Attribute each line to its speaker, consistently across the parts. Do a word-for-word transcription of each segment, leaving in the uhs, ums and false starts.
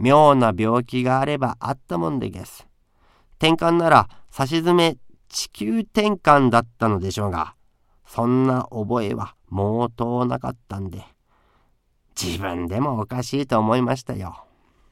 Speaker 1: 妙な病気があればあったもんでげす。転換ならさし詰め地球転換だったのでしょうが、そんな覚えは毛頭なかったんで、自分でもおかしいと思いましたよ。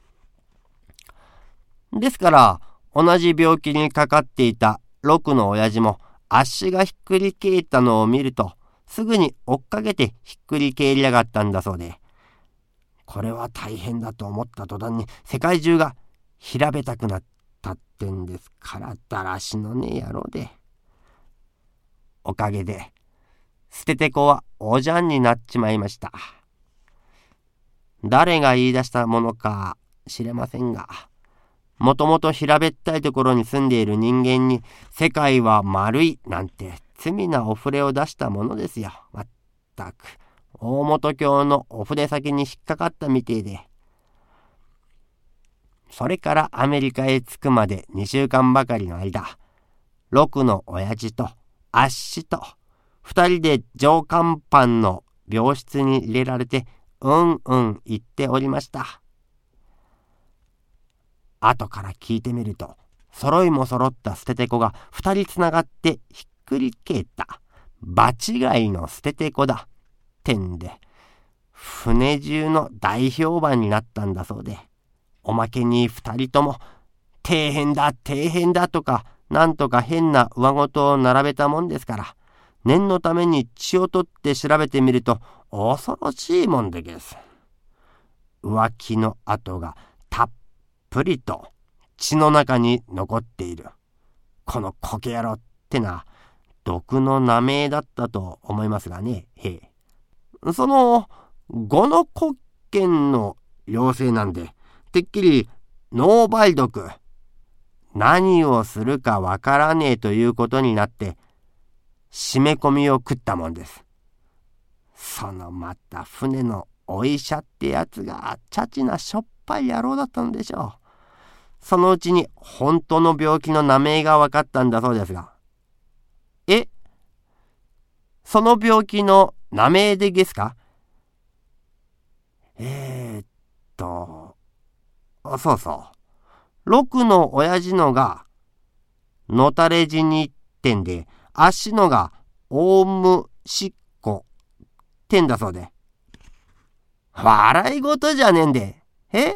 Speaker 1: ですから同じ病気にかかっていた六の親父も足がひっくり返ったのを見るとすぐに追っかけてひっくり返りやがったんだそうで、これは大変だと思った途端に世界中が平べたくなったってんですから、だらしのねえ野郎で。おかげで捨ててこはおじゃんになっちまいました。誰が言い出したものか知れませんが、もともと平べったいところに住んでいる人間に世界は丸いなんて罪なお触れを出したものですよ。まったく大本教のお筆先に引っかかったみてえで。それからアメリカへ着くまでにしゅうかんばかりの間、六の親父とあっしと二人で上甲板の病室に入れられてうんうん言っておりました。後から聞いてみると、揃いも揃った捨ててこが二人つながってひっくり返った場違いの捨ててこだってんで、船中の大評判になったんだそうで、おまけに二人とも底辺だ底辺だとかなんとか変な上事を並べたもんですから、念のために血を取って調べてみると恐ろしいもんでげす。浮気の跡がたっぷりと血の中に残っている。このコケ野郎ってな毒の名前だったと思いますがね。へえ。その五の黒剣の妖精なんで、てっきりノー梅毒、何をするかわからねえということになって締め込みを食ったもんです。そのまた船のお医者ってやつがチャチなしょっぱい野郎だったんでしょう。そのうちに本当の病気の名前が分かったんだそうですが。え、その病気の名前でげすか？えー、っとそうそう、六の親父のがのたれ死にってんで、足のがオウムしっこってんだそうで。笑い事じゃねえんで。え？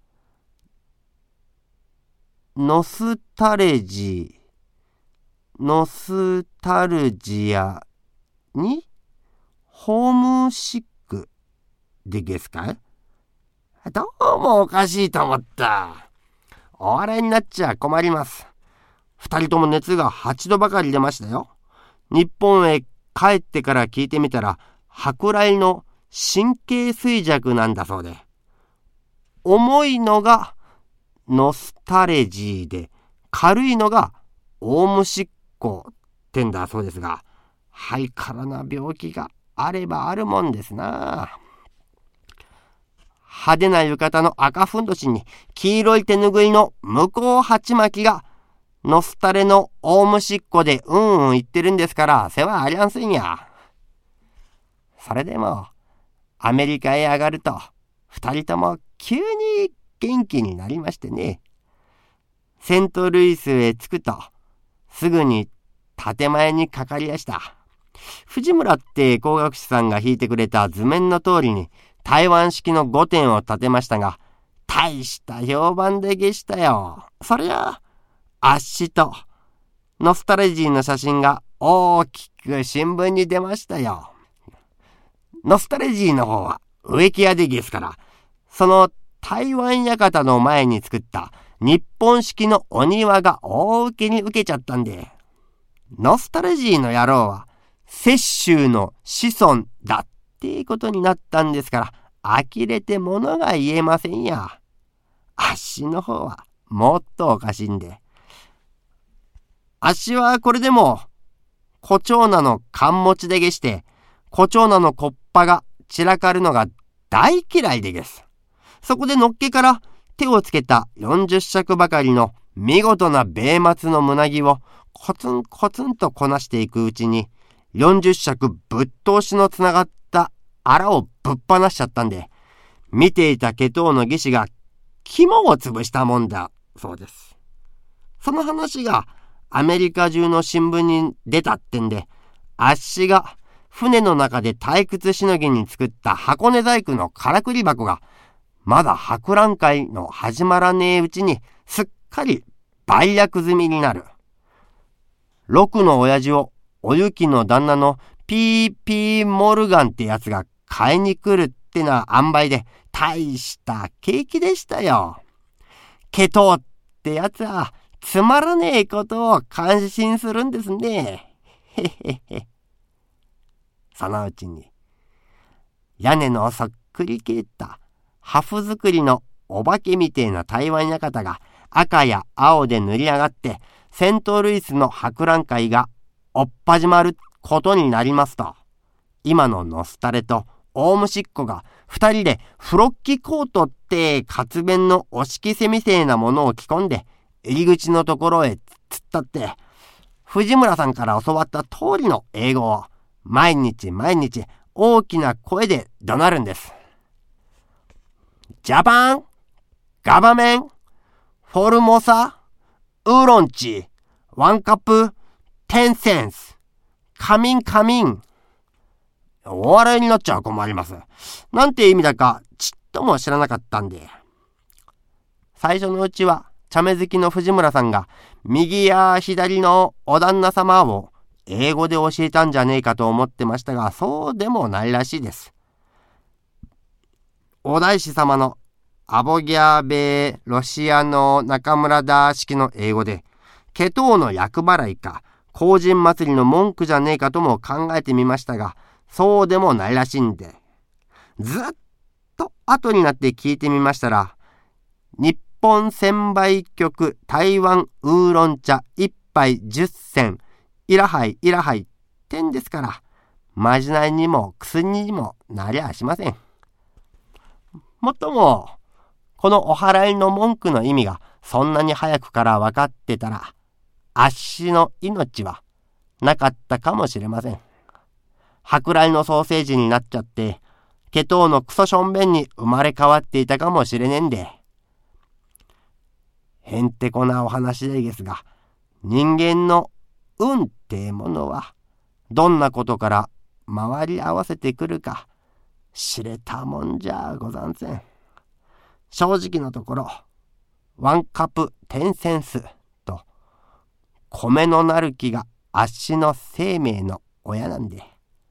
Speaker 1: ノスタレジー、ノスタルジアにホームシックでげすか？どうもおかしいと思った。お笑いになっちゃ困ります。二人とも熱がはちどばかり出ましたよ。日本へ帰ってから聞いてみたら、舶来の神経衰弱なんだそうで、重いのがノスタレジーで軽いのがオウムシッコってんだそうですが、ハイカラな病気があればあるもんですな。派手な浴衣の赤ふんどしに黄色い手ぬぐいの向こう鉢巻きがノスタレのオウムシッコでうんうん言ってるんですから、世話ありゃんせんや。それでもアメリカへ上がると二人とも急に元気になりましてね。セントルイスへ着くとすぐに建前にかかりやした。藤村って工学士さんが引いてくれた図面の通りに台湾式の御殿を建てましたが、大した評判でげしたよ。そりゃあっしとノスタルジーの写真が大きく新聞に出ましたよ。ノスタルジーの方は植木屋でげすから、その台湾館の前に作った日本式のお庭が大受けに受けちゃったんで、ノスタルジーの野郎は雪舟の子孫だっていうことになったんですから、呆れてものが言えませんや。あっしの方はもっとおかしいんで、あっしはこれでも胡蝶菜の勘持ちでげして、胡蝶菜のこっぱが散らかるのが大嫌いでげす。そこでのっけから手をつけたよんじゅっしゃくばかりの見事な米松の胸木をコツンコツンとこなしていくうちに、よんじゅっしゃくぶっ通しのつながったあらをぶっ放しちゃったんで、見ていた化粧の技師が肝を潰したもんだそうです。その話がアメリカ中の新聞に出たってんで、あっしが船の中で退屈しのぎに作った箱根細工のからくり箱がまだ博覧会の始まらねえうちにすっかり売約済みになる。六の親父をおゆきの旦那のピーピーモルガンってやつが買いに来るってな塩梅で大した景気でしたよ。ケトってやつはつまらねえことを感心するんですね。へへへ。そのうちに屋根のそっくり切った破風作りのお化けみてえな台湾館が赤や青で塗り上がってセントルイスの博覧会がおっ始まることになりますと、今のノスタレと大虫っ子が二人でフロッキコートって活弁のお式せみせえなものを着込んで入り口のところへ突っ立って藤村さんから教わった通りの英語を毎日毎日大きな声で怒鳴るんです。ジャパン、ガバメン、フォルモサ、ウーロンチ、ワンカップ、テンセンス、カミンカミン。お笑いになっちゃ困ります。なんて意味だかちっとも知らなかったんで。最初のうちは茶目好きの藤村さんが右や左のお旦那様を英語で教えたんじゃねえかと思ってましたが、そうでもないらしいです。お大師様のアボギャーベロシアの中村田式の英語で、ケトウの厄払いか荒神祭りの文句じゃねえかとも考えてみましたが、そうでもないらしいんで、ずっと後になって聞いてみましたら、日本専売局台湾ウーロン茶一杯十銭、いらはいいらはいってんですから、まじないにも薬にもなりゃしません。もっとも、このお祓いの文句の意味がそんなに早くから分かってたら、あっしの命はなかったかもしれません。舶来のソーセージになっちゃって、ケトウのクソしょんべんに生まれ変わっていたかもしれねえんで。へんてこなお話ですが、人間の運ってものは、どんなことから回り合わせてくるか、知れたもんじゃござんせん。正直のところ、ワンカップテンセンスと、米のなる木があっしの生命の親なんで。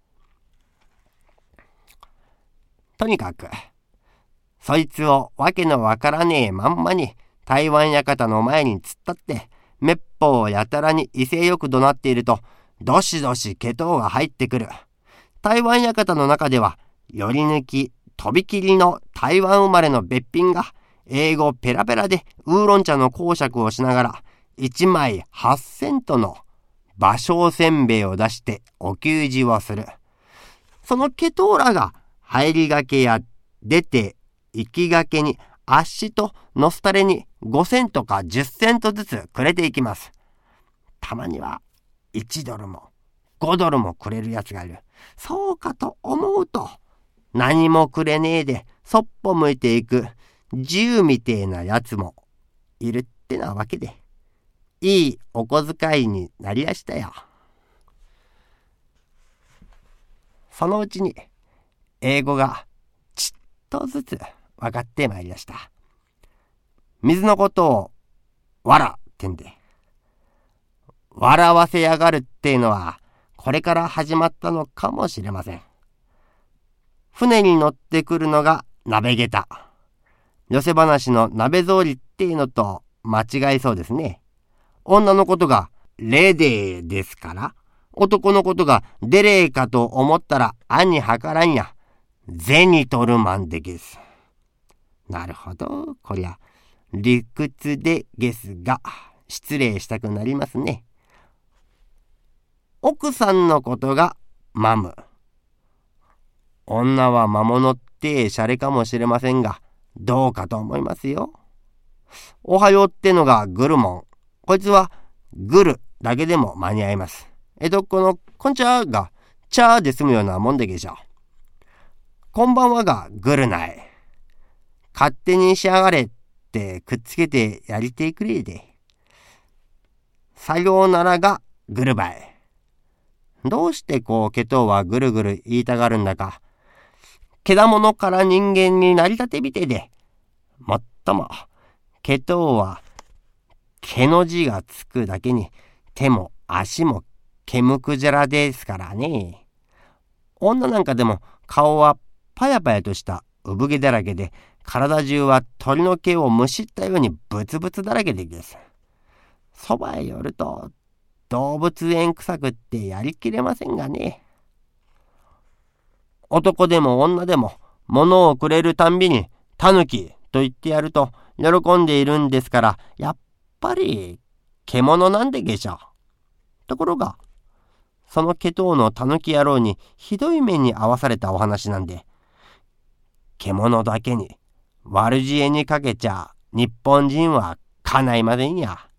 Speaker 1: とにかく、そいつをわけのわからねえまんまに台湾館の前に突っ立って、めっぽうやたらに威勢よく怒鳴っていると、どしどしケトウが入ってくる。台湾館の中では、より抜き、とびきりの台湾生まれのべっぴんが、英語ペラペラでウーロン茶の講釈をしながら、いちまいはっセントの芭蕉せんべいを出してお給仕をする。そのケトウらが入りがけや出て行きがけにあっしとノスタレにごセントかじゅっセントずつくれていきます。たまにはいちドルもごドルもくれるやつがいる。そうかと思うと、何もくれねえでそっぽ向いていく銃みてえなやつもいるってなわけで、いいお小遣いになりやしたよ。そのうちに英語がちっとずつ分かってまいりました。水のことをわらってんで、笑わせやがるっていうのはこれから始まったのかもしれません。船に乗ってくるのが鍋下駄。寄せ話の鍋草履っていうのと間違いそうですね。女のことがレデーですから、男のことがデレーかと思ったら暗に計らんや。ゼニトルマンでゲス。なるほど、こりゃ理屈でゲスが失礼したくなりますね。奥さんのことがマム。女は魔物ってシャレかもしれませんが、どうかと思いますよ。おはようってのがグルモン。こいつはグルだけでも間に合います。江戸っ子のこんちゃーがチャーで済むようなもんでげしょ。こんばんはがグルない。勝手にしやがれっってくっつけてやりてえくれえで。さようならがぐるばい。どうしてこうケトウはぐるぐる言いたがるんだか。けだものから人間になりたてびてで。もっとも、ケトウは毛の字がつくだけに手も足も毛むくじゃらですからね。女なんかでも顔はパヤパヤとした産毛だらけで、体中は鳥の毛をむしったようにブツブツだらけでです。そばへ寄ると動物園臭くってやりきれませんがね。男でも女でも物をくれるたんびにタヌキと言ってやると喜んでいるんですから、やっぱり獣なんでげしょ。ところがそのケトウのタヌキ野郎にひどい目に遭わされたお話なんで、獣だけに悪知恵にかけちゃ日本人はかないませんや。